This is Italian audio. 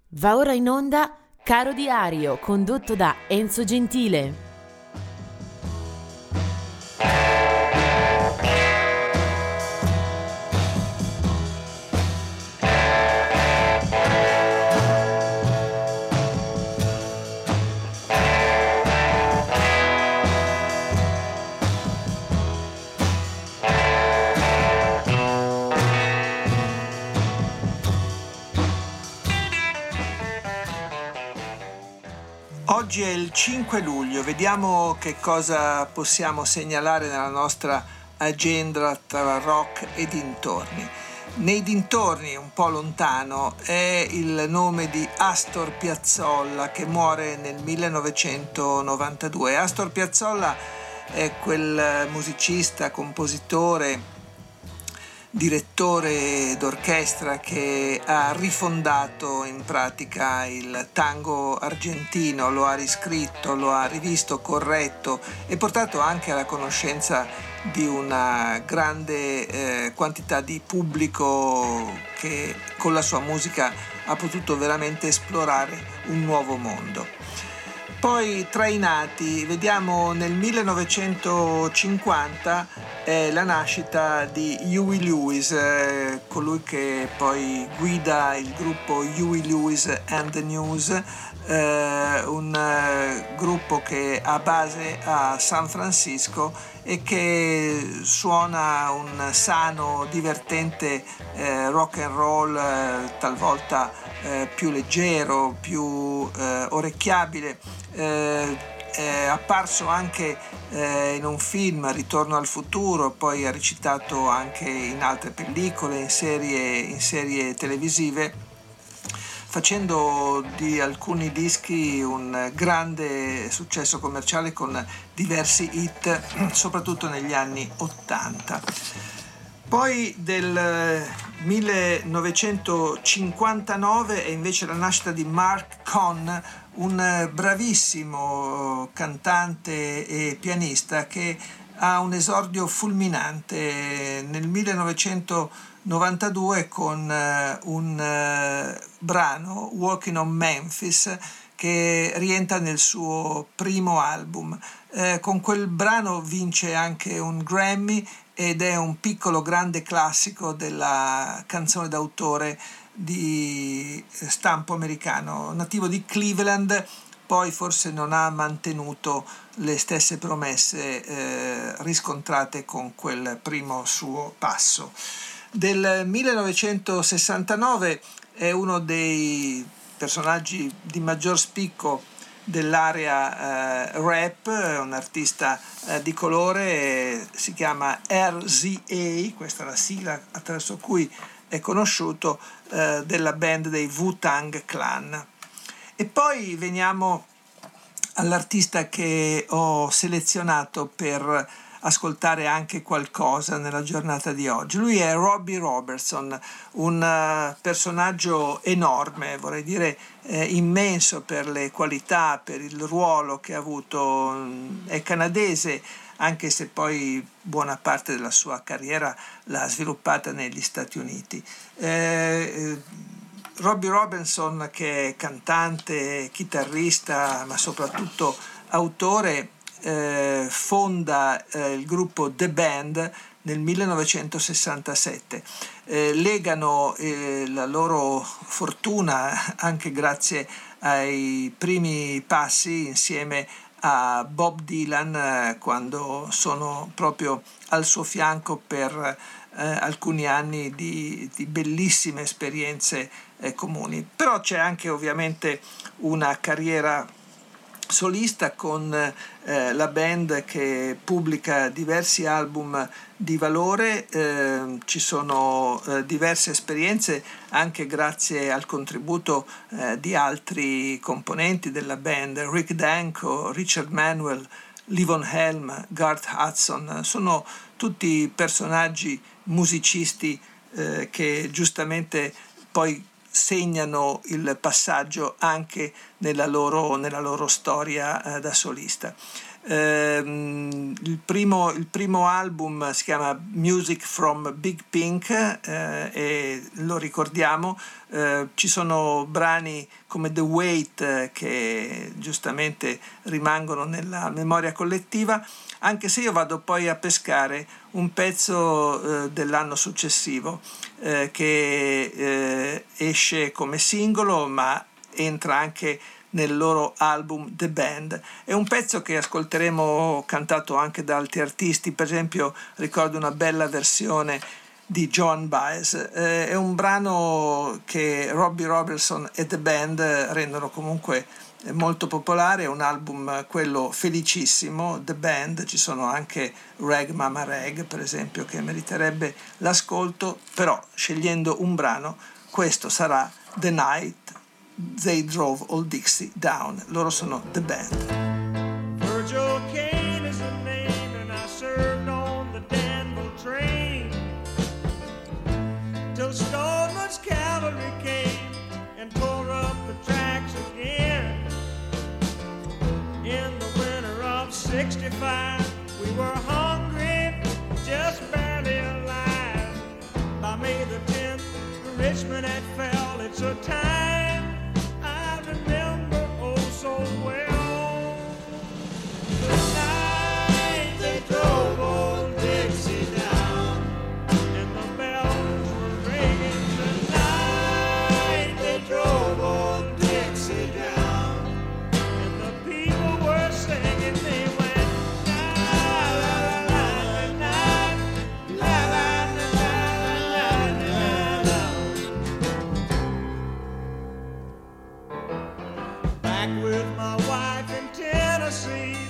Va ora in onda Caro Diario, condotto da Enzo Gentile. Oggi è il 5 luglio, vediamo che cosa possiamo segnalare nella nostra agenda tra rock e dintorni. Nei dintorni, un po' lontano, è il nome di Astor Piazzolla, che muore nel 1992. Astor Piazzolla è quel musicista, compositore, direttore d'orchestra che ha rifondato in pratica il tango argentino, lo ha riscritto, lo ha rivisto, corretto e portato anche alla conoscenza di una grande quantità di pubblico che con la sua musica ha potuto veramente esplorare un nuovo mondo. Poi tra i nati vediamo nel 1950 la nascita di Huey Lewis, colui che poi guida il gruppo Huey Lewis and the News, un gruppo che ha base a San Francisco e che suona un sano, divertente rock and roll, talvolta più leggero, più orecchiabile. È apparso anche in un film, Ritorno al futuro, poi ha recitato anche in altre pellicole, in serie televisive, facendo di alcuni dischi un grande successo commerciale con diversi hit, soprattutto negli anni 80. Poi del 1959 è invece la nascita di Mark Cohn, un bravissimo cantante e pianista che ha un esordio fulminante nel 1992 con un brano, Walking on Memphis, che rientra nel suo primo album. Con quel brano vince anche un Grammy ed è un piccolo grande classico della canzone d'autore di stampo americano. Nativo di Cleveland, poi forse non ha mantenuto le stesse promesse riscontrate con quel primo suo passo. Del 1969 è uno dei personaggi di maggior spicco dell'area rap, un artista di colore, si chiama RZA, questa è la sigla attraverso cui è conosciuto, della band dei Wu-Tang Clan. E poi veniamo all'artista che ho selezionato per ascoltare anche qualcosa nella giornata di oggi. Lui è Robbie Robertson, un personaggio enorme, vorrei dire immenso per le qualità, per il ruolo che ha avuto. È canadese, anche se poi buona parte della sua carriera l'ha sviluppata negli Stati Uniti. Robbie Robertson, che è cantante, chitarrista, ma soprattutto autore, fonda il gruppo The Band nel 1967. Legano la loro fortuna anche grazie ai primi passi insieme a Bob Dylan, quando sono proprio al suo fianco per alcuni anni di bellissime esperienze comuni. Però c'è anche ovviamente una carriera solista con la band che pubblica diversi album di valore, ci sono diverse esperienze anche grazie al contributo di altri componenti della band, Rick Danko, Richard Manuel, Levon Helm, Garth Hudson, sono tutti personaggi musicisti che giustamente poi segnano il passaggio anche nella loro storia da solista. Il primo album si chiama Music from Big Pink e lo ricordiamo. Ci sono brani come The Wait che giustamente rimangono nella memoria collettiva, anche se io vado poi a pescare un pezzo dell'anno successivo che esce come singolo ma entra anche nel loro album The Band. È un pezzo che ascolteremo cantato anche da altri artisti, per esempio ricordo una bella versione di Joan Baez. È un brano che Robbie Robertson e The Band rendono comunque molto popolare, è un album quello felicissimo, The Band. Ci sono anche Rag Mama Rag per esempio che meriterebbe l'ascolto, però scegliendo un brano questo sarà The Night They Drove Old Dixie Down. Loro sono The Band. Virgil Cain is the name and I served on the Danville train till Stoneman's cavalry came and tore up the tracks again. In the winter of '65 we were hungry, just barely alive. By May the 10th Richmond had fell. It's a time I remember oh so well. The night they drove old Dixie down and the bells were ringing. The night they drove old Dixie down and the people were singing. They went la la la la la la la la la la. Back with my wife in Tennessee,